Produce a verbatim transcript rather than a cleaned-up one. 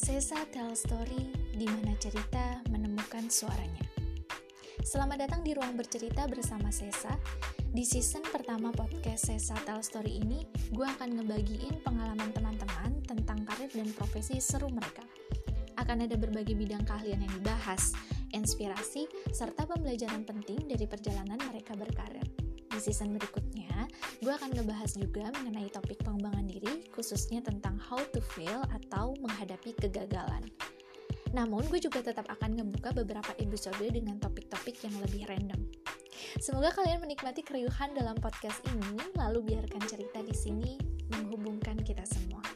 Sesa Tell Story, di mana cerita menemukan suaranya. Selamat datang di Ruang Bercerita bersama Sesa. Di season pertama podcast Sesa Tell Story ini, gue akan ngebagiin pengalaman teman-teman tentang karir dan profesi seru mereka. Akan ada berbagai bidang keahlian yang dibahas, inspirasi, serta pembelajaran penting dari perjalanan mereka berkarir. Di season berikutnya, gue akan ngebahas juga mengenai topik pengembangan diri, khususnya tentang how to fail atau menghadapi kegagalan. Namun, gue juga tetap akan ngebuka beberapa episode dengan topik-topik yang lebih random. Semoga kalian menikmati keriuhan dalam podcast ini, lalu biarkan cerita di sini menghubungkan kita semua.